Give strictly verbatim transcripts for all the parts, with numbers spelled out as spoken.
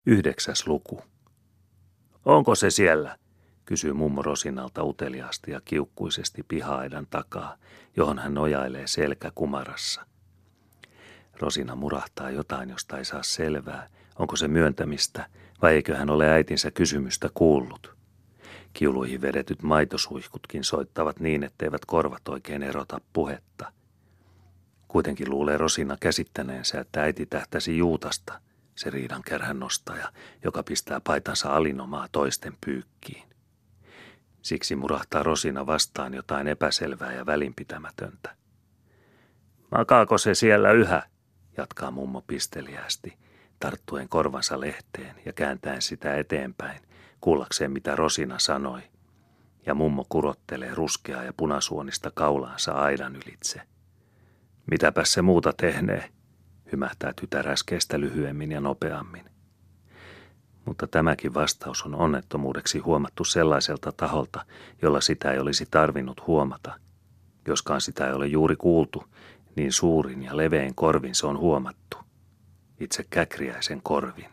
Yhdeksäs luku. Onko se siellä? Kysyy mummo Rosinalta uteliaasti ja kiukkuisesti piha-aidan takaa, johon hän nojailee selkä kumarassa. Rosina murahtaa jotain, josta ei saa selvää, onko se myöntämistä vai eikö hän ole äitinsä kysymystä kuullut. Kiuluihin vedetyt maitosuihkutkin soittavat niin, etteivät korvat oikein erota puhetta. Kuitenkin luulee Rosina käsittäneensä, että äiti tähtäsi Juutasta, se riidan kärhän nostaja, joka pistää paitansa alinomaa toisten pyykkiin. Siksi murahtaa Rosina vastaan jotain epäselvää ja välinpitämätöntä. Makaako se siellä yhä? Jatkaa mummo pisteliästi, tarttuen korvansa lehteen ja kääntäen sitä eteenpäin, kuullakseen mitä Rosina sanoi. Ja mummo kurottelee ruskeaa ja punasuonista kaulaansa aidan ylitse. Mitäpäs se muuta tehnee? Hymähtää tytär äskeistä lyhyemmin ja nopeammin. Mutta tämäkin vastaus on onnettomuudeksi huomattu sellaiselta taholta, jolla sitä ei olisi tarvinnut huomata. Joskaan sitä ei ole juuri kuultu, niin suurin ja levein korvin se on huomattu. Itse Käkriäisen korvin.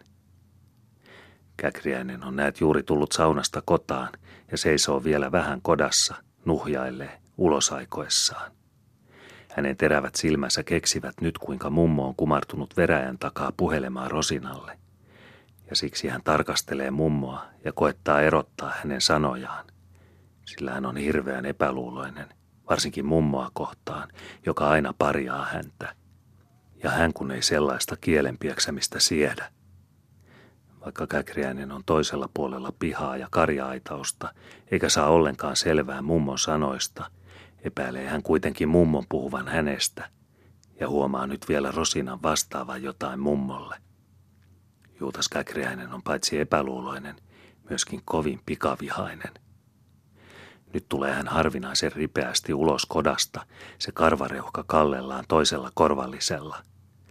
Käkriäinen on näet juuri tullut saunasta kotaan ja seisoo vielä vähän kodassa, nuhjailee ulosaikoessaan. Hänen terävät silmänsä keksivät nyt, kuinka mummo on kumartunut veräjän takaa puhelemaan Rosinalle. Ja siksi hän tarkastelee mummoa ja koettaa erottaa hänen sanojaan. Sillä hän on hirveän epäluuloinen, varsinkin mummoa kohtaan, joka aina parjaa häntä. Ja hän kun ei sellaista kielenpieksämistä siedä. Vaikka Käkriäinen on toisella puolella pihaa ja karja-aitausta, eikä saa ollenkaan selvää mummon sanoista, epäilee hän kuitenkin mummon puhuvan hänestä ja huomaa nyt vielä Rosinan vastaavan jotain mummolle. Juutas Käkriäinen on paitsi epäluuloinen, myöskin kovin pikavihainen. Nyt tulee hän harvinaisen ripeästi ulos kodasta, se karvareuhka kallellaan toisella korvallisella.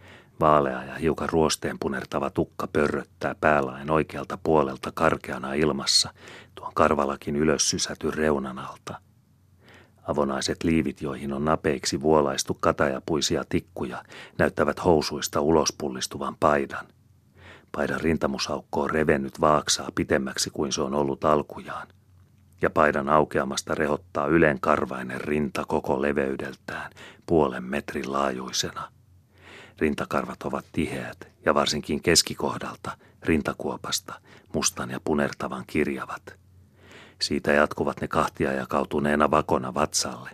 Vaalea ja hiukan ruosteen punertava tukka pörröttää päälaen oikealta puolelta karkeana ilmassa tuon karvalakin ylös sysätyn reunan alta. Avonaiset liivit, joihin on napeiksi vuolaistu katajapuisia tikkuja, näyttävät housuista ulospullistuvan paidan. Paidan rintamusaukko on revennyt vaaksaa pitemmäksi kuin se on ollut alkujaan. Ja paidan aukeamasta rehottaa ylenkarvainen rinta koko leveydeltään, puolen metrin laajuisena. Rintakarvat ovat tiheät ja varsinkin keskikohdalta, rintakuopasta, mustan ja punertavan kirjavat. Siitä jatkuvat ne kahtia jakautuneena vakona vatsalle.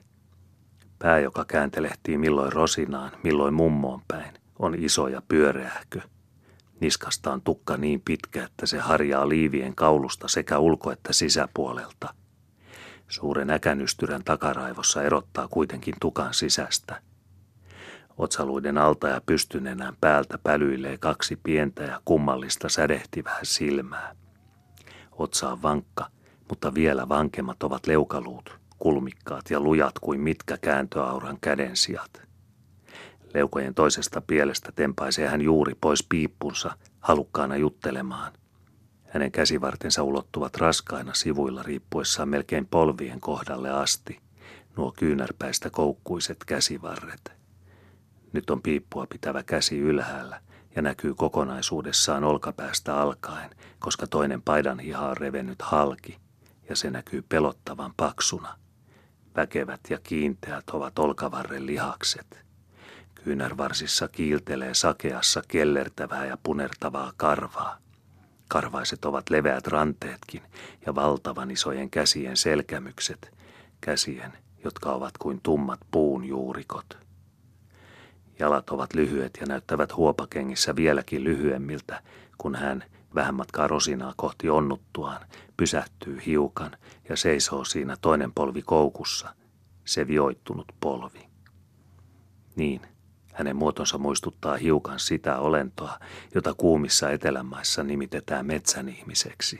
Pää, joka kääntelehtii milloin Rosinaan, milloin mummoon päin, on iso ja pyöreähkö. Niskasta on tukka niin pitkä, että se harjaa liivien kaulusta sekä ulko- että sisäpuolelta. Suuren äkänystyrän takaraivossa erottaa kuitenkin tukan sisästä. Otsaluiden alta ja pystynenään päältä pälyilee kaksi pientä ja kummallista sädehtivää silmää. Otsa on vankka, mutta vielä vankemmat ovat leukaluut, kulmikkaat ja lujat kuin mitkä kääntöauran kädensijat. Leukojen toisesta pielestä tempaisee hän juuri pois piippunsa, halukkaana juttelemaan. Hänen käsivartensa ulottuvat raskaina sivuilla riippuessaan melkein polvien kohdalle asti, nuo kyynärpäistä koukkuiset käsivarret. Nyt on piippua pitävä käsi ylhäällä ja näkyy kokonaisuudessaan olkapäästä alkaen, koska toinen paidan hiha on revennyt halki ja se näkyy pelottavan paksuna. Väkevät ja kiinteät ovat olkavarren lihakset. Kyynärvarsissa kiiltelee sakeassa kellertävää ja punertavaa karvaa. Karvaiset ovat leveät ranteetkin ja valtavan isojen käsien selkämykset, käsien, jotka ovat kuin tummat puun juurikot. Jalat ovat lyhyet ja näyttävät huopakengissä vieläkin lyhyemmiltä, kun hän, vähän matkaa Rosinaa kohti onnuttuaan, pysähtyy hiukan ja seisoo siinä toinen polvi koukussa, se vioittunut polvi. Niin, hänen muotonsa muistuttaa hiukan sitä olentoa, jota kuumissa etelämaissa nimitetään metsänihmiseksi.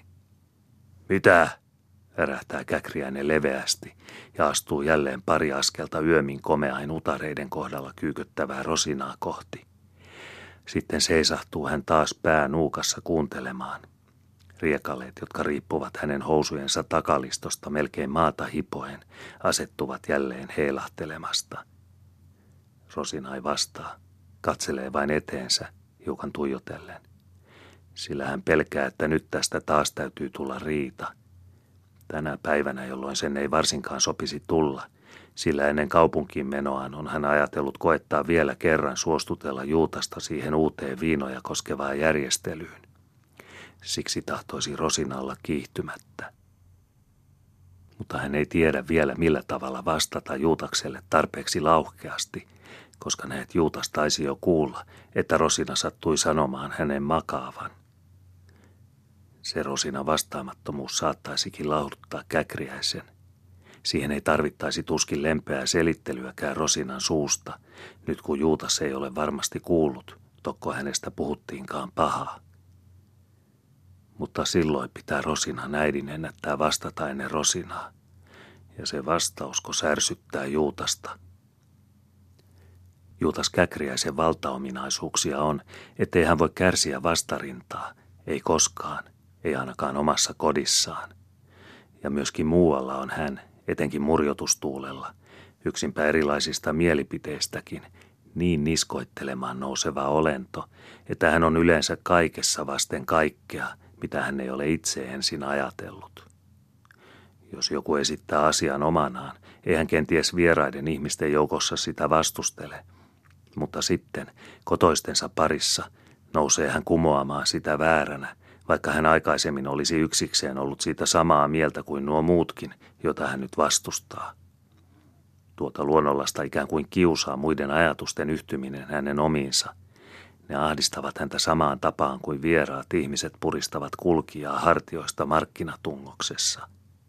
Mitä? Ärähtää Käkriäinen leveästi ja astuu jälleen pari askelta yömin komeain utareiden kohdalla kyykyttävää Rosinaa kohti. Sitten seisahtuu hän taas pää nuukassa kuuntelemaan. Riekaleet, jotka riippuvat hänen housujensa takalistosta melkein maata hipoen, asettuvat jälleen heilahtelemasta. Rosina ei vastaa, katselee vain eteensä, hiukan tuijotellen. Sillä hän pelkää, että nyt tästä taas täytyy tulla riita. Tänä päivänä, jolloin sen ei varsinkaan sopisi tulla, sillä ennen kaupunkiin menoaan on hän ajatellut koettaa vielä kerran suostutella Juutasta siihen uuteen viinoja koskevaan järjestelyyn. Siksi tahtoisi Rosina olla kiihtymättä. Mutta hän ei tiedä vielä millä tavalla vastata Juutakselle tarpeeksi lauhkeasti, koska näet Juutas taisi jo kuulla, että Rosina sattui sanomaan hänen makaavan. Se Rosinan vastaamattomuus saattaisikin lauhduttaa Käkriäisen. Siihen ei tarvittaisi tuskin lempeää selittelyäkään Rosinan suusta, nyt kun Juutas ei ole varmasti kuullut, tokko hänestä puhuttiinkaan pahaa. Mutta silloin pitää Rosinan äidin ennättää vastata ennen Rosinaa, ja se vastausko särsyttää Juutasta. Juutas Käkriäisen valtaominaisuuksia on, ettei hän voi kärsiä vastarintaa, ei koskaan, ei ainakaan omassa kodissaan. Ja myöskin muualla on hän, etenkin murjotustuulella, yksinpä erilaisista mielipiteistäkin, niin niskoittelemaan nouseva olento, että hän on yleensä kaikessa vasten kaikkea, mitä hän ei ole itse ensin ajatellut. Jos joku esittää asian omanaan, ei hän kenties vieraiden ihmisten joukossa sitä vastustele, mutta sitten kotoistensa parissa nousee hän kumoamaan sitä vääränä, vaikka hän aikaisemmin olisi yksikseen ollut siitä samaa mieltä kuin nuo muutkin, jota hän nyt vastustaa. Tuota luonnollista ikään kuin kiusaa muiden ajatusten yhtyminen hänen omiinsa. Ne ahdistavat häntä samaan tapaan kuin vieraat ihmiset puristavat kulkijaa hartioista markkinatungoksessa.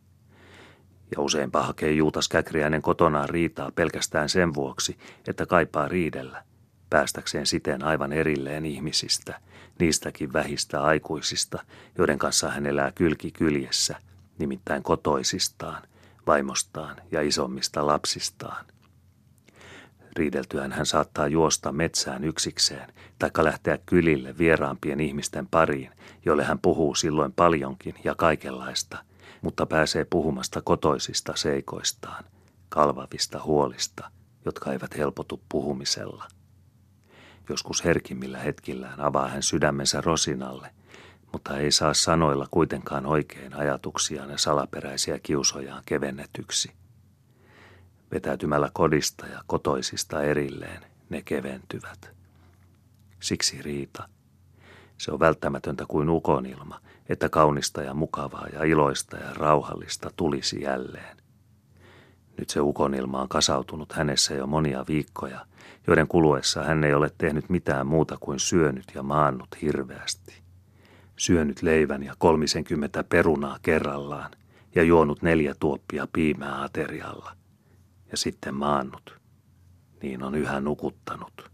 Ja useinpa hakee Juutas Käkriäinen kotonaan riitaa pelkästään sen vuoksi, että kaipaa riidellä, päästäkseen siten aivan erilleen ihmisistä, niistäkin vähistä aikuisista, joiden kanssa hän elää kylki kyljessä, nimittäin kotoisistaan, vaimostaan ja isommista lapsistaan. Riideltyään hän saattaa juosta metsään yksikseen, taikka lähteä kylille vieraampien ihmisten pariin, joille hän puhuu silloin paljonkin ja kaikenlaista, mutta pääsee puhumasta kotoisista seikoistaan, kalvavista huolista, jotka eivät helpotu puhumisella. Joskus herkimmillä hetkillään avaa hän sydämensä Rosinalle, mutta ei saa sanoilla kuitenkaan oikein ajatuksiaan ja salaperäisiä kiusojaan kevennetyksi. Vetäytymällä kodista ja kotoisista erilleen ne keventyvät. Siksi riita. Se on välttämätöntä kuin ukonilma, että kaunista ja mukavaa ja iloista ja rauhallista tulisi jälleen. Nyt se ukonilma on kasautunut hänessä jo monia viikkoja, joiden kuluessa hän ei ole tehnyt mitään muuta kuin syönyt ja maannut hirveästi. Syönyt leivän ja kolmisenkymmentä perunaa kerrallaan ja juonut neljä tuoppia piimää aterialla. Ja sitten maannut. Niin on yhä nukuttanut.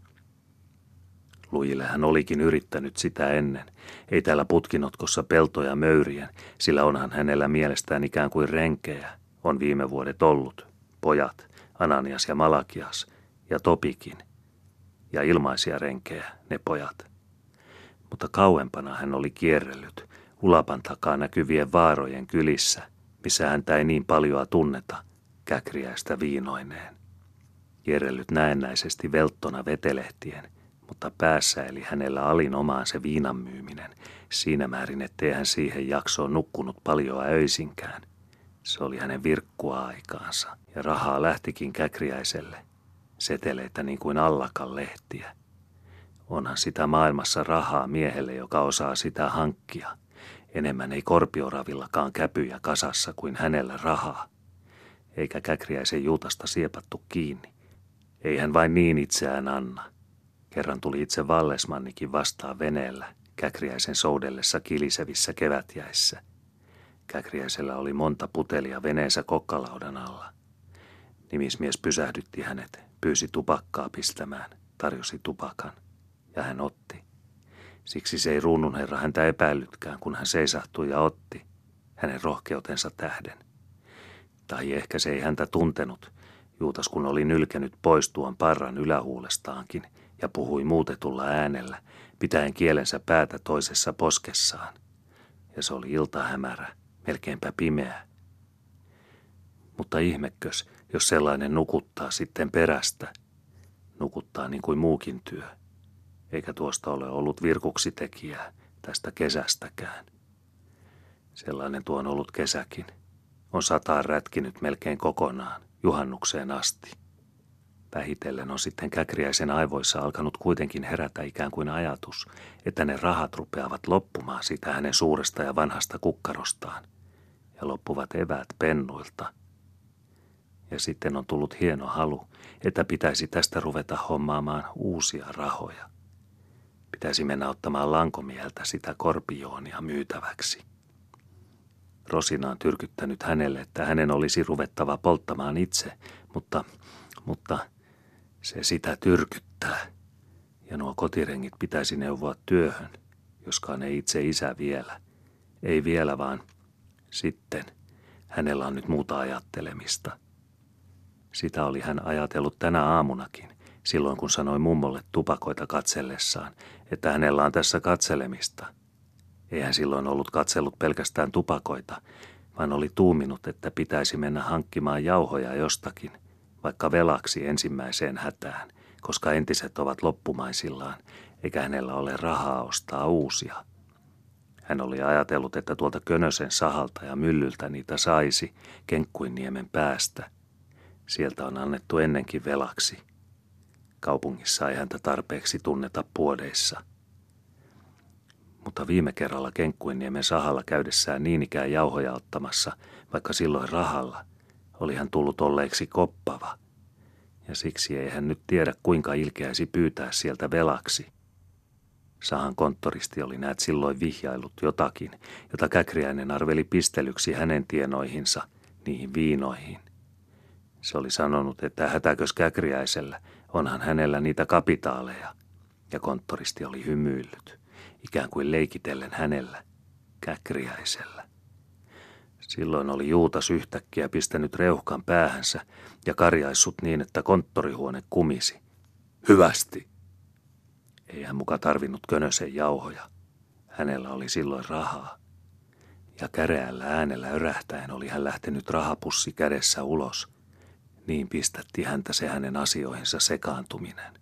Lujille hän olikin yrittänyt sitä ennen. Ei täällä putkinotkossa peltoja möyrien, sillä onhan hänellä mielestään ikään kuin renkejä. On viime vuodet ollut. Pojat, Ananias ja Malakias, ja Topikin. Ja ilmaisia renkejä, ne pojat. Mutta kauempana hän oli kierrellyt, ulapan takaa näkyvien vaarojen kylissä, missä häntä ei niin paljoa tunneta, Käkriäistä viinoineen. Kierrellyt näennäisesti velttona vetelehtien, mutta päässä eli hänellä alin omaan se viinan myyminen, siinä määrin, ettei hän siihen jaksoon nukkunut paljoa öisinkään. Se oli hänen virkkua aikaansa, ja rahaa lähtikin Käkriäiselle, seteleitä niin kuin allakan lehtiä. Onhan sitä maailmassa rahaa miehelle, joka osaa sitä hankkia. Enemmän ei Korpioravillakaan käpyjä kasassa kuin hänellä rahaa. Eikä Käkriäisen Juutasta siepattu kiinni. Ei hän vain niin itseään anna. Kerran tuli itse Vallesmannikin vastaan veneellä, Käkriäisen soudellessa kilisevissä kevätjäissä. Käkriäisellä oli monta putelia veneensä kokkalaudan alla. Nimismies pysähdytti hänet, pyysi tupakkaa pistämään, tarjosi tupakan, ja hän otti. Siksi se ei ruununherra häntä epäillytkään, kun hän seisahtui ja otti, hänen rohkeutensa tähden. Tai ehkä se ei häntä tuntenut, Juutas kun oli nylkenyt pois tuon parran ylähuulestaankin ja puhui muutetulla äänellä, pitäen kielensä päätä toisessa poskessaan. Ja se oli iltahämärä, melkeinpä pimeä. Mutta ihmekös, jos sellainen nukuttaa sitten perästä. Nukuttaa niin kuin muukin työ. Eikä tuosta ole ollut virkuksitekijää, tästä kesästäkään. Sellainen tuo on ollut kesäkin. On sataan rätkinyt melkein kokonaan, juhannukseen asti. Vähitellen on sitten Käkriäisen aivoissa alkanut kuitenkin herätä ikään kuin ajatus, että ne rahat rupeavat loppumaan siitä hänen suuresta ja vanhasta kukkarostaan, ja loppuvat eväät pennuilta. Ja sitten on tullut hieno halu, että pitäisi tästä ruveta hommaamaan uusia rahoja. Pitäisi mennä ottamaan lankomieltä sitä korpijoonia myytäväksi. Rosina on tyrkyttänyt hänelle, että hänen olisi ruvettava polttamaan itse, mutta, mutta se sitä tyrkyttää. Ja nuo kotirengit pitäisi neuvoa työhön, joskaan ei itse isä vielä. Ei vielä, vaan sitten hänellä on nyt muuta ajattelemista. Sitä oli hän ajatellut tänä aamunakin, silloin kun sanoi mummolle tupakoita katsellessaan, että hänellä on tässä katselemista. Ei hän silloin ollut katsellut pelkästään tupakoita, vaan oli tuuminut, että pitäisi mennä hankkimaan jauhoja jostakin, vaikka velaksi ensimmäiseen hätään, koska entiset ovat loppumaisillaan, eikä hänellä ole rahaa ostaa uusia. Hän oli ajatellut, että tuolta Könösen sahalta ja myllyltä niitä saisi Kenkkuinniemen päästä. Sieltä on annettu ennenkin velaksi. Kaupungissa ei häntä tarpeeksi tunneta puodeissa. Mutta viime kerralla Kenkkuinniemen sahalla käydessään niin ikään jauhoja ottamassa, vaikka silloin rahalla, oli hän tullut olleeksi koppava. Ja siksi ei hän nyt tiedä, kuinka ilkeäisi pyytää sieltä velaksi. Sahan konttoristi oli näet silloin vihjailut jotakin, jota Käkriäinen arveli pistelyksi hänen tienoihinsa, niihin viinoihin. Se oli sanonut, että hätäkös Käkriäisellä, onhan hänellä niitä kapitaaleja, ja konttoristi oli hymyillyt, ikään kuin leikitellen hänellä, Käkriäisellä. Silloin oli Juutas yhtäkkiä pistänyt reuhkan päähänsä ja karjaissut niin, että konttorihuone kumisi. Hyvästi! Ei hän muka tarvinnut Könösen jauhoja. Hänellä oli silloin rahaa. Ja käreällä äänellä örähtäen oli hän lähtenyt rahapussi kädessä ulos. Niin pistätti häntä se hänen asioihinsa sekaantuminen.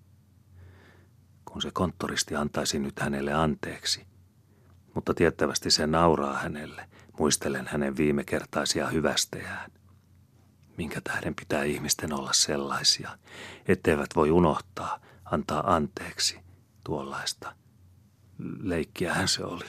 Kun se konttoristi antaisi nyt hänelle anteeksi, mutta tiettävästi se nauraa hänelle, muistellen hänen viimekertaisia hyvästejään. Minkä tähden pitää ihmisten olla sellaisia, etteivät voi unohtaa, antaa anteeksi tuollaista. Leikkiähän se oli.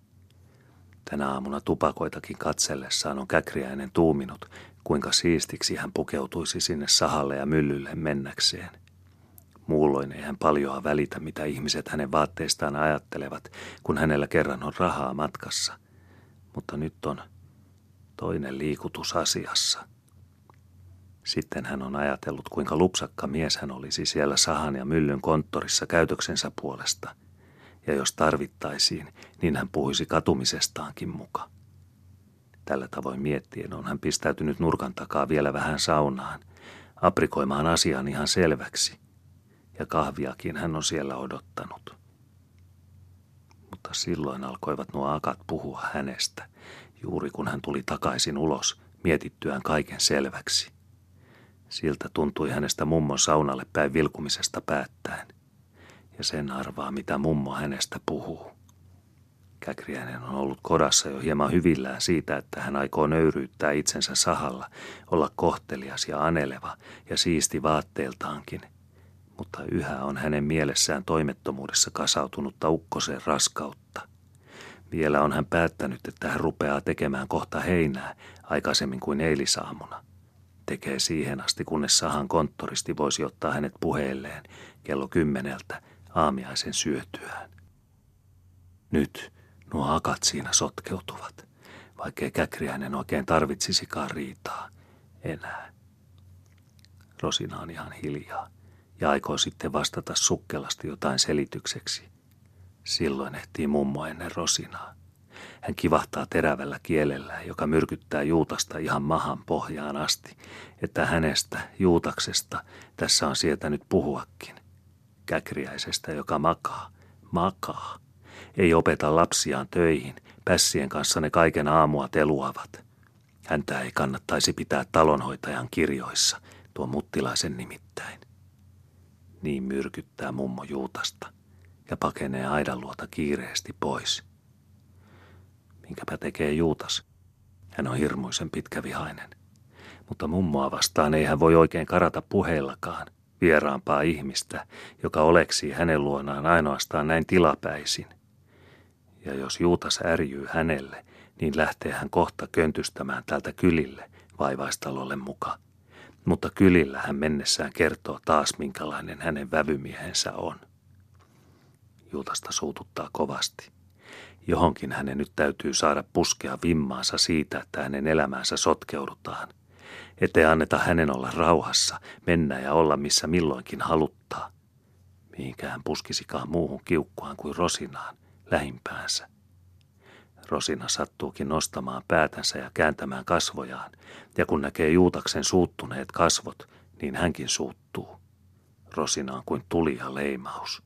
Tänä aamuna tupakoitakin katsellessaan on Käkriäinen tuuminut, kuinka siistiksi hän pukeutuisi sinne sahalle ja myllylle mennäkseen. Muulloin ei hän paljoa välitä, mitä ihmiset hänen vaatteistaan ajattelevat, kun hänellä kerran on rahaa matkassa. Mutta nyt on toinen liikutus asiassa. Sitten hän on ajatellut, kuinka lupsakka mies hän olisi siellä sahan ja myllyn konttorissa käytöksensä puolesta. Ja jos tarvittaisiin, niin hän puhuisi katumisestaankin muka. Tällä tavoin miettien on hän pistäytynyt nurkan takaa vielä vähän saunaan, aprikoimaan asian ihan selväksi. Ja kahviakin hän on siellä odottanut. Mutta silloin alkoivat nuo akat puhua hänestä, juuri kun hän tuli takaisin ulos, mietittyään kaiken selväksi. Siltä tuntui hänestä mummon saunalle päin vilkumisesta päättäen. Ja sen arvaa, mitä mummo hänestä puhuu. Käkriäinen on ollut kodassa jo hieman hyvillään siitä, että hän aikoo nöyryyttää itsensä sahalla, olla kohtelias ja aneleva ja siisti vaatteeltaankin. Mutta yhä on hänen mielessään toimettomuudessa kasautunutta ukkosen raskautta. Vielä on hän päättänyt, että hän rupeaa tekemään kohta heinää aikaisemmin kuin eilisaamuna. Tekee siihen asti, kunnes sahan konttoristi voisi ottaa hänet puheelleen kello kymmeneltä aamiaisen syötyään. Nyt nuo akat siinä sotkeutuvat, vaikkei Käkriäinen oikein tarvitsisikaan riitaa enää. Rosina on ihan hiljaa ja aikoo sitten vastata sukkelasti jotain selitykseksi. Silloin ehtii mummo ennen Rosinaa. Hän kivahtaa terävällä kielellään, joka myrkyttää Juutasta ihan mahan pohjaan asti, että hänestä, Juutaksesta, tässä on sietänyt puhuakin. Käkriäisestä, joka makaa, makaa. Ei opeta lapsiaan töihin, pässien kanssa ne kaiken aamua teluavat. Häntä ei kannattaisi pitää talonhoitajan kirjoissa, tuo Muttilaisen nimittäin. Niin myrkyttää mummo Juutasta, ja pakenee aidan luota kiireesti pois. Minkäpä tekee Juutas? Hän on hirmuisen pitkävihainen. Mutta mummoa vastaan ei hän voi oikein karata puheillakaan, vieraampaa ihmistä, joka oleksii hänen luonaan ainoastaan näin tilapäisin. Ja jos Juutas ärjyy hänelle, niin lähtee hän kohta köntystämään täältä kylille vaivaistalolle muka. Mutta kylillä hän mennessään kertoo taas, minkälainen hänen vävymiehensä on. Juutasta suututtaa kovasti. Johonkin hänen nyt täytyy saada puskea vimmaansa siitä, että hänen elämäänsä sotkeudutaan. Ettei anneta hänen olla rauhassa, mennä ja olla missä milloinkin haluttaa. Mihinkä hän puskisikaan muuhun kiukkuaan kuin Rosinaan, lähimpäänsä. Rosina sattuukin nostamaan päätänsä ja kääntämään kasvojaan, ja kun näkee Juutaksen suuttuneet kasvot, niin hänkin suuttuu. Rosina on kuin tuli ja leimaus.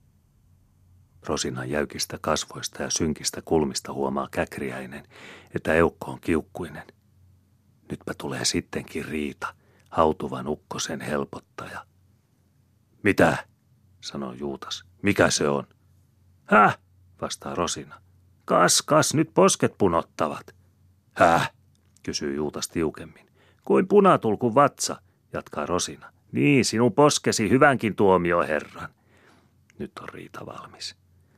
Rosinan jäykistä kasvoista ja synkistä kulmista huomaa Käkriäinen, että eukko on kiukkuinen. Nytpä tulee sittenkin riita, hautuvan ukkosen helpottaja. Mitä? Sanoo Juutas. Mikä se on? Häh? Vastaa Rosina. Kas, kas, nyt posket punottavat. Häh? Kysyy Juutas tiukemmin. Kuin punatulkun vatsa, jatkaa Rosina. Niin, sinun poskesi hyvänkin tuomio, herran. Nyt on riita valmis.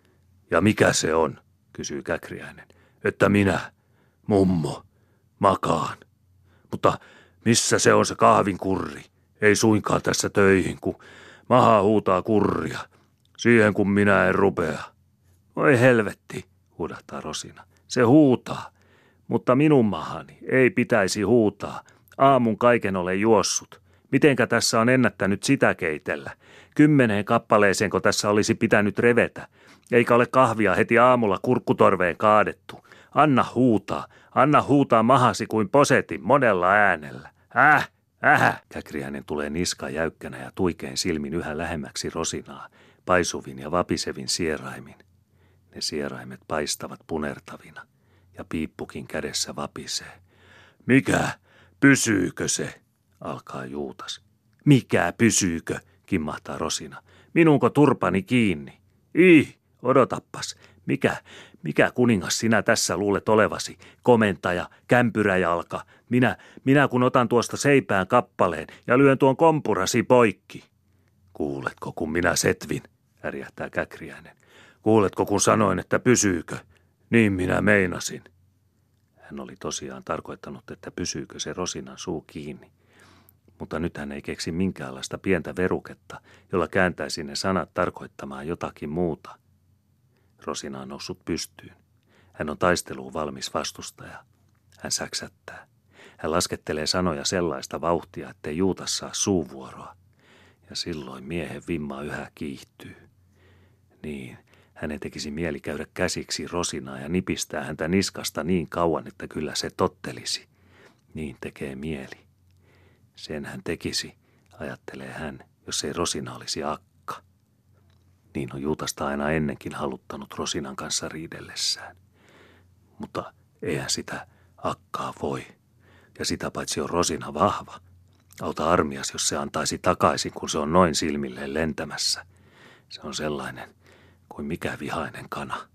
Ja mikä se on? Kysyy Käkriäinen. Että minä, mummo, makaan. Mutta missä se on se kahvin kurri? Ei suinkaan tässä töihin, kun maha huutaa kurria. Siihen kun minä en rupea. Voi helvetti, huudahtaa Rosina. Se huutaa, mutta minun mahani ei pitäisi huutaa. Aamun kaiken olen juossut. Mitenkä tässä on ennättänyt sitä keitellä? Kymmeneen kappaleeseenko tässä olisi pitänyt revetä? Eikä ole kahvia heti aamulla kurkkutorveen kaadettu. Anna huutaa, anna huutaa mahasi kuin posetin monella äänellä. Äh, äh. Käkriäinen tulee niska jäykkänä ja tuikein silmin yhä lähemmäksi Rosinaa, paisuvin ja vapisevin sieraimin. Ne sieraimet paistavat punertavina ja piippukin kädessä vapisee. Mikä? Pysyykö se? Alkaa Juutas. Mikä pysyykö? Kimmahtaa Rosina. Minunko turpani kiinni? Ih, odotappas. Mikä, mikä kuningas sinä tässä luulet olevasi? Komentaja, kämpyräjalka. Minä, minä kun otan tuosta seipään kappaleen ja lyön tuon kompurasi poikki. Kuuletko, kun minä setvin? Ärjähtää Käkriäinen. Kuuletko, kun sanoin, että pysyykö? Niin minä meinasin. Hän oli tosiaan tarkoittanut, että pysyykö se Rosinan suu kiinni. Mutta nyt hän ei keksi minkäänlaista pientä veruketta, jolla kääntäisi ne sanat tarkoittamaan jotakin muuta. Rosina on noussut pystyyn. Hän on taisteluun valmis vastustaja. Hän säksättää. Hän laskettelee sanoja sellaista vauhtia, ettei Juutas saa suuvuoroa. Ja silloin miehen vimma yhä kiihtyy. Niin, hänen tekisi mieli käydä käsiksi Rosinaa ja nipistää häntä niskasta niin kauan, että kyllä se tottelisi. Niin tekee mieli. Sen hän tekisi, ajattelee hän, jos ei Rosina olisi akka. Niin on Juutasta aina ennenkin haluttanut Rosinan kanssa riidellessään. Mutta eihän sitä akkaa voi. Ja sitä paitsi on Rosina vahva. Auta armias, jos se antaisi takaisin, kun se on noin silmilleen lentämässä. Se on sellainen kuin mikä vihainen kana.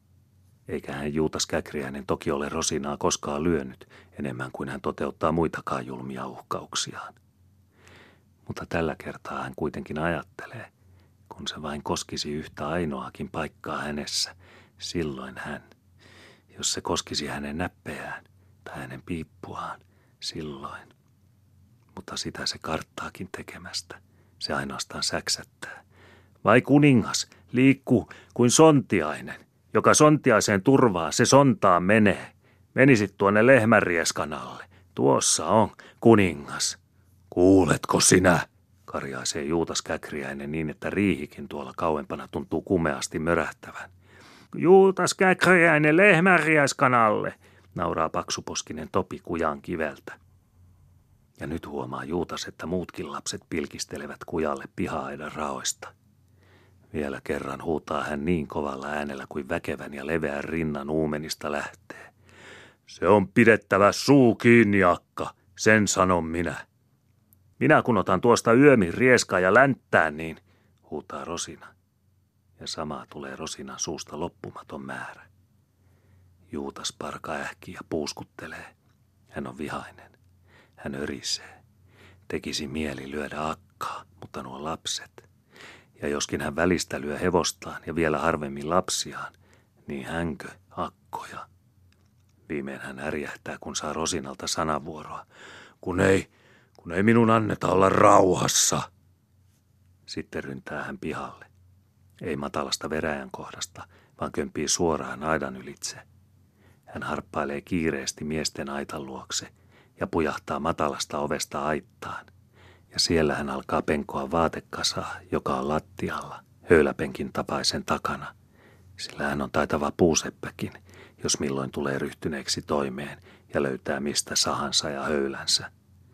Eikä hän Juutas Käkriäinen toki ole Rosinaa koskaan lyönyt, enemmän kuin hän toteuttaa muitakaan julmia uhkauksiaan. Mutta tällä kertaa hän kuitenkin ajattelee, kun se vain koskisi yhtä ainoakin paikkaa hänessä, silloin hän, jos se koskisi hänen näppeään tai hänen piippuaan, silloin. Mutta sitä se karttaakin tekemästä, se ainoastaan säksättää. Vai kuningas, liikkuu kuin sontiainen, joka sontiaiseen turvaa, se sontaan menee. Menisit tuonne lehmänrieskan alle. Tuossa on kuningas. Kuuletko sinä? Karjaisee Juutas Käkriäinen niin, että riihikin tuolla kauempana tuntuu kumeasti mörähtävän. Juutas Käkriäinen lehmänrieskan alle, nauraa paksuposkinen Topi kujan kiveltä. Ja nyt huomaa Juutas, että muutkin lapset pilkistelevät kujalle piha-aidan raoista. Vielä kerran huutaa hän niin kovalla äänellä kuin väkevän ja leveän rinnan uumenista lähtee. Se on pidettävä suu kiinni, akka, sen sanon minä. Minä kun otan tuosta yömin rieskaa ja länttään, niin huutaa Rosina. ja samaa tulee Rosinan suusta loppumaton määrä. Juutas parka ähkii ja puuskuttelee. Hän on vihainen. Hän örisee. Tekisi mieli lyödä akkaa, mutta nuo lapset. Ja joskin hän välistä lyö hevostaan ja vielä harvemmin lapsiaan, niin hänkö akkoja. Viimein hän ärjähtää, kun saa Rosinalta sanavuoroa. Kun ei, kun ei minun anneta olla rauhassa. Sitten ryntää hän pihalle. Ei matalasta veräjän kohdasta, vaan kömpii suoraan aidan ylitse. Hän harppailee kiireesti miesten aitan luokse ja pujahtaa matalasta ovesta aittaan. Ja siellä hän alkaa penkoa vaatekasaa, joka on lattialla, höyläpenkin tapaisen takana. Sillä hän on taitava puuseppäkin, jos milloin tulee ryhtyneeksi toimeen ja löytää mistä sahansa ja höylänsä.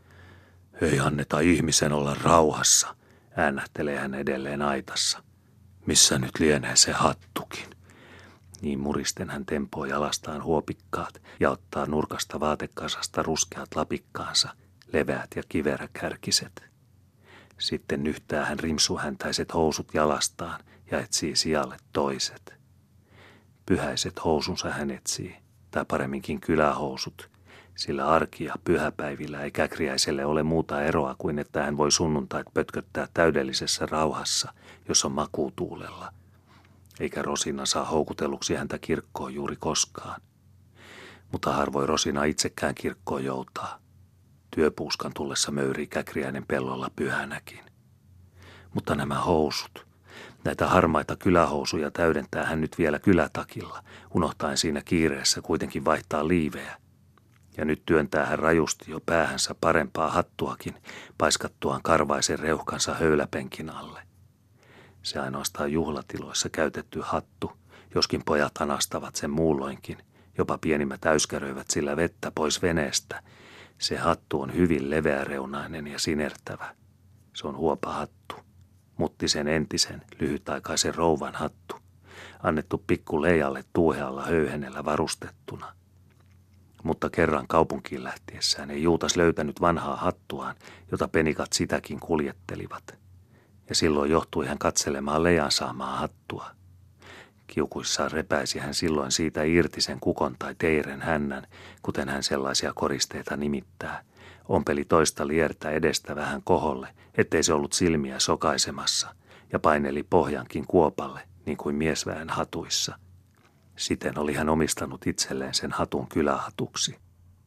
Ei anneta ihmisen olla rauhassa, äänähtelee hän edelleen aitassa. Missä nyt lienee se hattukin? Niin muristen hän tempoo jalastaan huopikkaat ja ottaa nurkasta vaatekasasta ruskeat lapikkaansa, leveät ja kiveräkärkiset. Sitten nyhtää hän rimsuhäntäiset housut jalastaan ja etsii sijalle toiset. Pyhäiset housunsa hän etsii, tai paremminkin kylähousut, sillä arki- ja pyhäpäivillä ei käkriäiselle ole muuta eroa kuin että hän voi sunnuntait pötköttää täydellisessä rauhassa, jos on makuutuulella. Eikä Rosina saa houkutelluksi häntä kirkkoon juuri koskaan. Mutta harvoin Rosina itsekään kirkkoon joutaa. Työpuuskan tullessa möyrii käkriäinen pellolla pyhänäkin. Mutta nämä housut, näitä harmaita kylähousuja täydentää hän nyt vielä kylätakilla, unohtaen siinä kiireessä kuitenkin vaihtaa liivejä. Ja nyt työntää hän rajusti jo päähänsä parempaa hattuakin, paiskattuaan karvaisen reuhkansa höyläpenkin alle. Se ainoastaan juhlatiloissa käytetty hattu, joskin pojat anastavat sen muulloinkin, jopa pienimmät äyskäröivät sillä vettä pois veneestä. Se hattu on hyvin leveäreunainen ja sinertävä. Se on huopahattu, muttisen entisen, lyhytaikaisen rouvan hattu, annettu pikku Leijalle tuuhealla höyhenellä varustettuna. Mutta kerran kaupunkiin lähtiessään ei Juutas löytänyt vanhaa hattuaan, jota penikat sitäkin kuljettelivat. Ja silloin johtui hän katselemaan Leijan saamaa hattua. Kiukuissaan repäisi hän silloin siitä irti sen kukon tai teiren hännän, kuten hän sellaisia koristeita nimittää. Ompeli toista liertä edestä vähän koholle, ettei se ollut silmiä sokaisemassa, ja paineli pohjankin kuopalle, niin kuin miesväen hatuissa. Siten oli hän omistanut itselleen sen hatun kylähatuksi.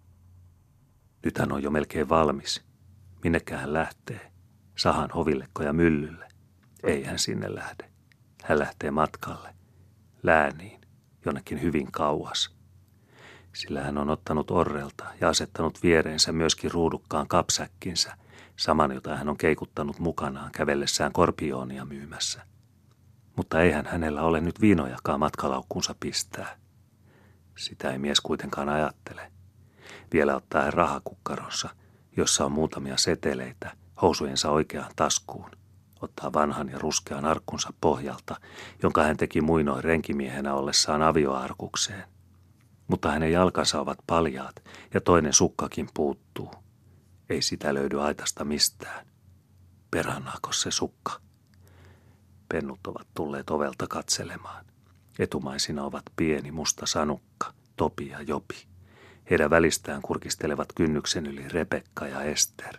Nyt hän on jo melkein valmis. Minnekään hän lähtee? Sahan hovillekko ja myllylle? Ei hän sinne lähde. Hän lähtee matkalle. Lääniin, jonnekin hyvin kauas. Sillä hän on ottanut orrelta ja asettanut viereensä myöskin ruudukkaan kapsäkkinsä, saman jota hän on keikuttanut mukanaan kävellessään korpionia myymässä. Mutta eihän hänellä ole nyt viinojakaan matkalaukkuunsa pistää. Sitä ei mies kuitenkaan ajattele. Vielä ottaa hän rahakukkaronsa, jossa on muutamia seteleitä, housujensa oikeaan taskuun. Ottaa vanhan ja ruskean arkkunsa pohjalta, jonka hän teki muinoin renkimiehenä ollessaan avioarkukseen. Mutta hänen jalkansa ovat paljaat ja toinen sukkakin puuttuu. Ei sitä löydy aitasta mistään. Perannaako se sukka? Pennut ovat tulleet ovelta katselemaan. Etumaisina ovat pieni musta Sanukka, Topi ja Jopi. Heidän välistään kurkistelevat kynnyksen yli Rebekka ja Ester.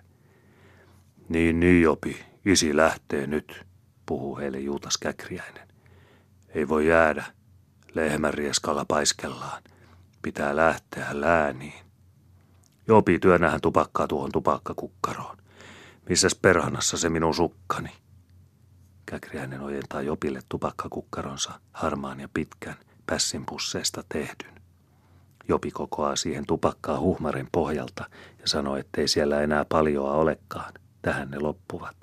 Niin, niin Jopi, isi lähtee nyt, puhuu heille Juutas Käkriäinen. Ei voi jäädä. Lehmän rieskalla paiskellaan. Pitää lähteä lääniin. Jopi, työnnähän tupakkaa tuohon tupakkakukkaroon. Missäs perhannassa se minun sukkani? Käkriäinen ojentaa Jopille tupakkakukkaronsa, harmaan ja pitkän, pässinpusseesta tehdyn. Jopi kokoaa siihen tupakkaa huhmaren pohjalta ja sanoo, ettei siellä enää paljoa olekaan. Tähän ne loppuvat.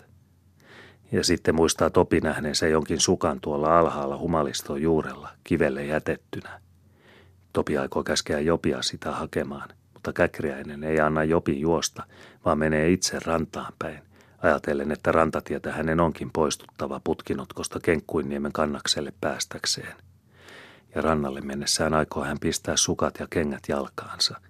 Ja sitten muistaa Topi nähneensä jonkin sukan tuolla alhaalla humaliston juurella, kivelle jätettynä. Topi aikoo käskeä Jopia sitä hakemaan, mutta Käkriäinen ei anna Jopi juosta, vaan menee itse rantaan päin, ajatellen, että rantatietä hänen onkin poistuttava putkinotkosta Kenkkuinniemen kannakselle päästäkseen. Ja rannalle mennessään aikoo hän pistää sukat ja kengät jalkaansa.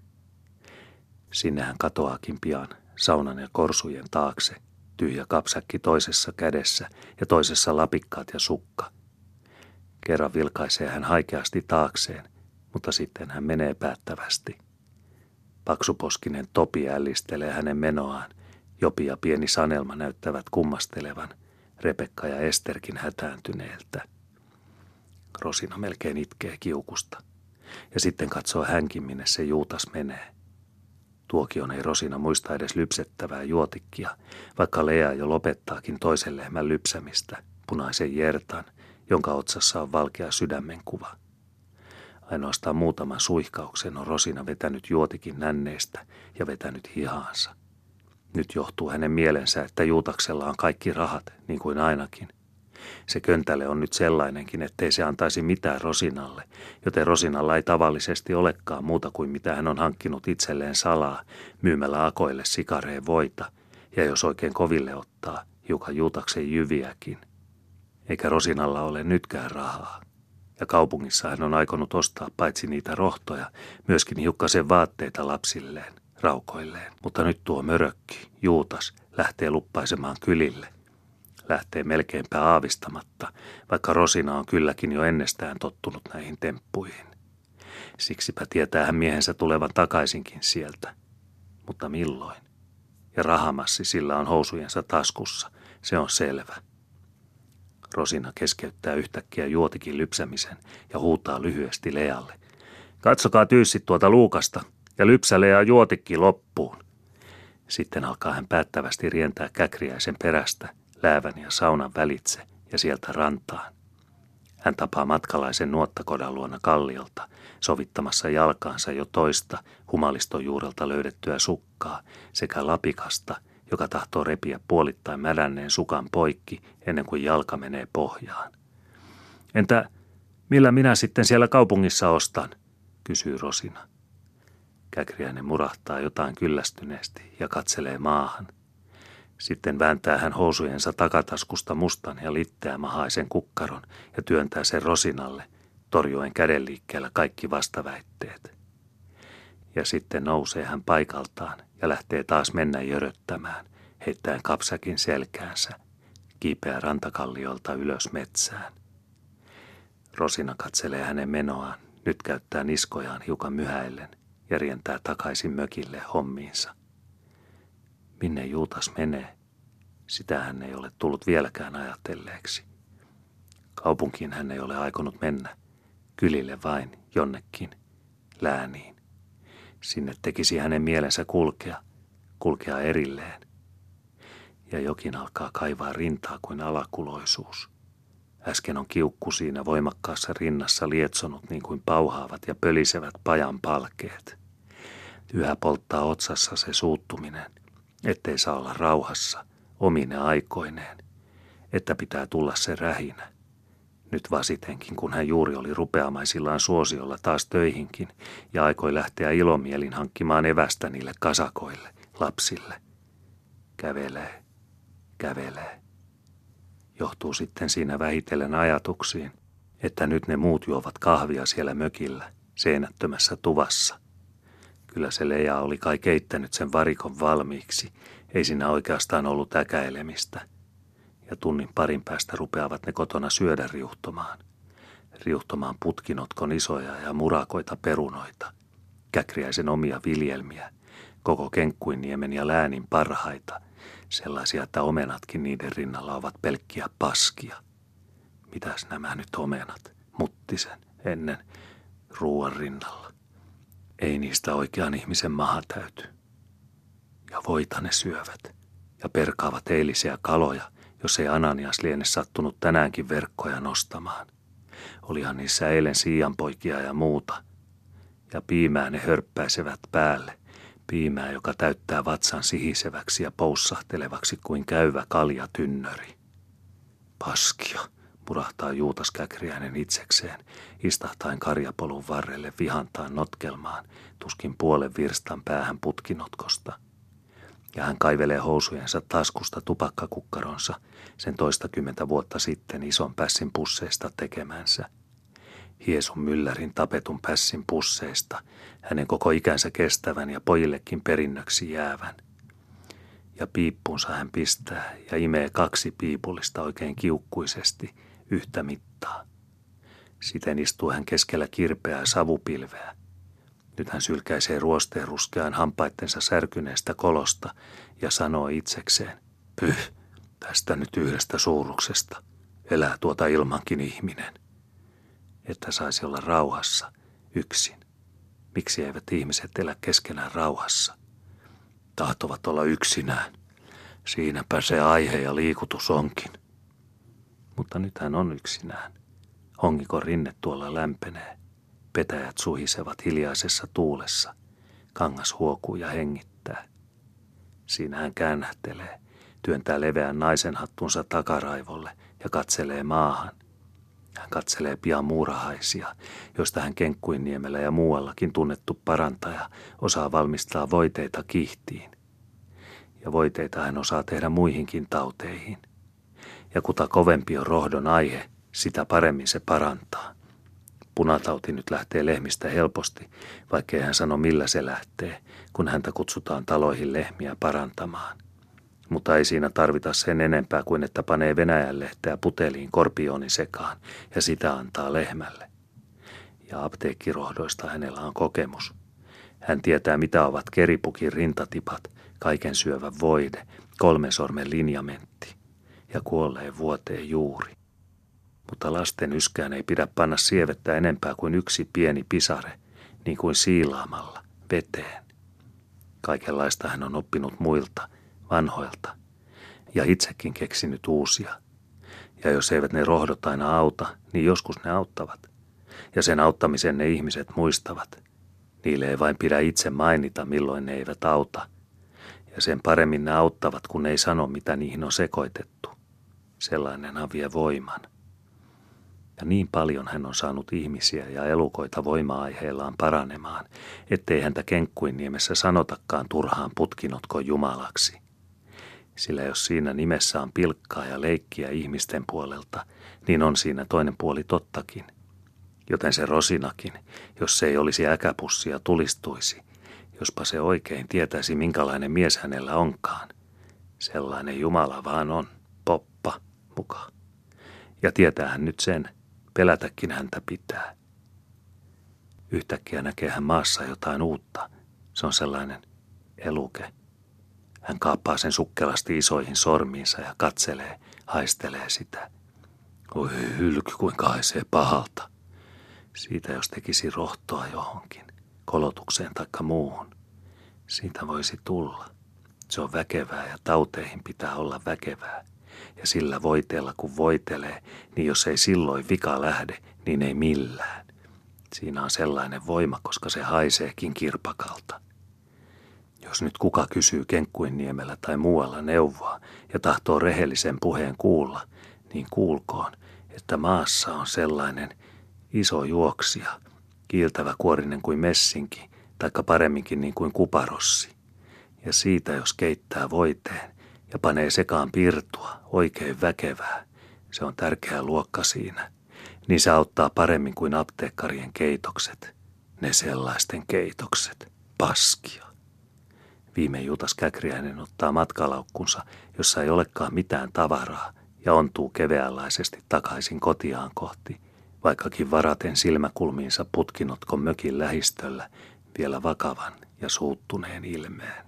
Sinne hän katoaakin pian, saunan ja korsujen taakse, tyhjä kapsäkki toisessa kädessä ja toisessa lapikkaat ja sukka. Kerran vilkaisee hän haikeasti taakseen, mutta sitten hän menee päättävästi. Paksuposkinen Topi ällistelee hänen menoaan. Jopi ja pieni Sanelma näyttävät kummastelevan, Rebekka ja Esterkin hätääntyneeltä. Rosina melkein itkee kiukusta. Ja sitten katsoo hänkin, minne se Juutas menee. Tuokion ei Rosina muista edes lypsettävää juotikkia, vaikka Lea jo lopettaakin toisen lehmän lypsämistä, punaisen jertan, jonka otsassa on valkea sydämenkuva. Ainoastaan muutaman suihkauksen on Rosina vetänyt juotikin nänneestä ja vetänyt hihaansa. Nyt johtuu hänen mielensä, että Juutaksella on kaikki rahat, niin kuin ainakin. Se köntäle on nyt sellainenkin, ettei se antaisi mitään Rosinalle, joten Rosinalla ei tavallisesti olekaan muuta kuin mitä hän on hankkinut itselleen salaa myymällä akoille sikareen voita, ja jos oikein koville ottaa, hiukan Juutaksen jyviäkin. Eikä Rosinalla ole nytkään rahaa. Ja kaupungissa hän on aikonut ostaa paitsi niitä rohtoja, myöskin hiukkasen vaatteita lapsilleen, raukoilleen. Mutta nyt tuo mörökki, Juutas, lähtee luppaisemaan kylille. Lähtee melkeinpä aavistamatta, vaikka Rosina on kylläkin jo ennestään tottunut näihin temppuihin. Siksipä tietää hän miehensä tulevan takaisinkin sieltä. Mutta milloin? Ja rahamassi sillä on housujensa taskussa, se on selvä. Rosina keskeyttää yhtäkkiä juotikin lypsämisen ja huutaa lyhyesti Lealle. Katsokaa tyyssit tuota luukasta ja lypsä Lea juotikki loppuun. Sitten alkaa hän päättävästi rientää Käkriäisen perästä, läävän ja saunan välitse ja sieltä rantaan. Hän tapaa matkalaisen nuottakodan luona kalliolta, sovittamassa jalkaansa jo toista humaliston juurelta löydettyä sukkaa sekä lapikasta, joka tahtoo repiä puolittain mädänneen sukan poikki ennen kuin jalka menee pohjaan. Entä millä minä sitten siellä kaupungissa ostan, kysyy Rosina. Käkriäinen murahtaa jotain kyllästyneesti ja katselee maahan. Sitten vääntää hän housujensa takataskusta mustan ja litteämahaisen kukkaron ja työntää sen Rosinalle, torjuen kädenliikkeellä kaikki vastaväitteet. Ja sitten nousee hän paikaltaan ja lähtee taas mennä jöröttämään, heittäen kapsakin selkäänsä, kiipeää rantakalliolta ylös metsään. Rosina katselee hänen menoaan, nyt käyttää niskojaan hiukan myhäillen ja rientää takaisin mökille hommiinsa. Minne Juutas menee? Sitä hän ei ole tullut vieläkään ajatelleeksi. Kaupunkiin hän ei ole aikonut mennä, kylille vain, jonnekin, lääniin. Sinne tekisi hänen mielensä kulkea, kulkea erilleen. Ja jokin alkaa kaivaa rintaa kuin alakuloisuus. Äsken on kiukku siinä voimakkaassa rinnassa lietsonut niin kuin pauhaavat ja pölisevät pajan palkeet. Yhä polttaa otsassa se suuttuminen, ettei saa olla rauhassa, omine aikoineen, että pitää tulla se rähinä. Nyt vasitenkin, kun hän juuri oli rupeamaisillaan suosiolla taas töihinkin ja aikoi lähteä ilomielin hankkimaan evästä niille kasakoille, lapsille. Kävelee, kävelee. Johtuu sitten siinä vähitellen ajatuksiin, että nyt ne muut juovat kahvia siellä mökillä, seinättömässä tuvassa. Kyllä se Lea oli kai keittänyt sen varikon valmiiksi, ei siinä oikeastaan ollut äkäilemistä. Ja tunnin parin päästä rupeavat ne kotona syödä riuhtomaan. Riuhtomaan putkinotkon isoja ja murakoita perunoita, Käkriäisen omia viljelmiä, koko Kenkkuinniemen ja läänin parhaita, sellaisia, että omenatkin niiden rinnalla ovat pelkkiä paskia. Mitäs nämä nyt omenat, muttisen, ennen, ruuan rinnalla? Ei niistä oikean ihmisen maha täyty. Ja voita ne syövät ja perkaavat eilisiä kaloja, jos ei Ananias liene sattunut tänäänkin verkkoja nostamaan. Olihan niissä eilen siianpoikia ja muuta. Ja piimää ne hörppäisevät päälle, piimää, joka täyttää vatsan sihiseväksi ja poussahtelevaksi kuin käyvä kaljatynnöri. Paskia, murahtaa Juutas Käkriäinen itsekseen, istahtain karjapolun varrelle vihantaan notkelmaan, tuskin puolen virstan päähän putkinotkosta. Ja hän kaivelee housujensa taskusta tupakkakukkaronsa, sen toistakymmentä vuotta sitten ison pässin pusseista tekemänsä. Hiesun myllärin tapetun pässin pusseista, hänen koko ikänsä kestävän ja pojillekin perinnöksi jäävän. Ja piippunsa hän pistää ja imee kaksi piipullista oikein kiukkuisesti, yhtä mittaa. Siten istuu hän keskellä kirpeää savupilveä. Nyt hän sylkäisee ruosteen ruskeaan hampaittensa särkyneestä kolosta ja sanoo itsekseen, pyh, tästä nyt yhdestä suuruksesta, elää tuota ilmankin ihminen. Että saisi olla rauhassa, yksin. Miksi eivät ihmiset elä keskenään rauhassa? Tahtovat olla yksinään. Siinäpä se aihe ja liikutus onkin. Mutta nyt hän on yksinään. Hongikon rinne tuolla lämpenee. Petäjät suhisevat hiljaisessa tuulessa. Kangas huokuu ja hengittää. Siinä hän käännähtelee, työntää leveän naisen hattunsa takaraivolle ja katselee maahan. Hän katselee pian muurahaisia, joista hän Kenkkuinniemellä ja muuallakin tunnettu parantaja osaa valmistaa voiteita kihtiin. Ja voiteita hän osaa tehdä muihinkin tauteihin. Ja kuta kovempi on rohdon aihe, sitä paremmin se parantaa. Punatauti nyt lähtee lehmistä helposti, vaikkei hän sano millä se lähtee, kun häntä kutsutaan taloihin lehmiä parantamaan. Mutta ei siinä tarvita sen enempää kuin että panee Venäjänlehteä puteliin korpiooni sekaan ja sitä antaa lehmälle. Ja apteekkirohdoista hänellä on kokemus. Hän tietää mitä ovat keripukin rintatipat, kaiken syövä voide, kolmen sormen linjamentti ja kuolleen vuoteen juuri. Mutta lasten yskään ei pidä panna sievettä enempää kuin yksi pieni pisare, niin kuin siilaamalla, veteen. Kaikenlaista hän on oppinut muilta, vanhoilta, ja itsekin keksinyt uusia. Ja jos eivät ne rohdot aina auta, niin joskus ne auttavat. Ja sen auttamisen ne ihmiset muistavat. Niille ei vain pidä itse mainita, milloin ne eivät auta. Ja sen paremmin ne auttavat, kun ei sano, mitä niihin on sekoitettu. Sellainenhan vie voiman. Ja niin paljon hän on saanut ihmisiä ja elukoita voima-aiheillaan paranemaan, ettei häntä Kenkkuinniemessä sanotakaan turhaan putkinotko jumalaksi. Sillä jos siinä nimessä on pilkkaa ja leikkiä ihmisten puolelta, niin on siinä toinen puoli tottakin. Joten se Rosinakin, jos se ei olisi äkäpussia, tulistuisi, jospa se oikein tietäisi, minkälainen mies hänellä onkaan. Sellainen Jumala vaan on, poppa, muka. Ja tietää hän nyt sen, pelätäkin häntä pitää. Yhtäkkiä näkee hän maassa jotain uutta. Se on sellainen eluke. Hän kaappaa sen sukkelasti isoihin sormiinsa ja katselee, haistelee sitä. Oi hylky, kuinka haisee pahalta. Siitä jos tekisi rohtoa johonkin, kolotukseen taikka muuhun. Siitä voisi tulla. Se on väkevää ja tauteihin pitää olla väkevää. Ja sillä voiteella kun voitelee, niin jos ei silloin vika lähde, niin ei millään. Siinä on sellainen voima, koska se haiseekin kirpakalta. Jos nyt kuka kysyy Kenkkuinniemellä tai muualla neuvoa ja tahtoo rehellisen puheen kuulla, niin kuulkoon, että maassa on sellainen iso juoksija, kiiltävä kuorinen kuin messinki, taikka paremminkin niin kuin kuparossi. Ja siitä jos keittää voiteen ja panee sekaan pirtua, oikein väkevää, se on tärkeä luokka siinä, niin se auttaa paremmin kuin apteekkarien keitokset, ne sellaisten keitokset, paskia. Viime Juutas Käkriäinen ottaa matkalaukkunsa, jossa ei olekaan mitään tavaraa, ja ontuu keveänlaisesti takaisin kotiaan kohti, vaikkakin varaten silmäkulmiinsa putkinotko mökin lähistöllä vielä vakavan ja suuttuneen ilmeen.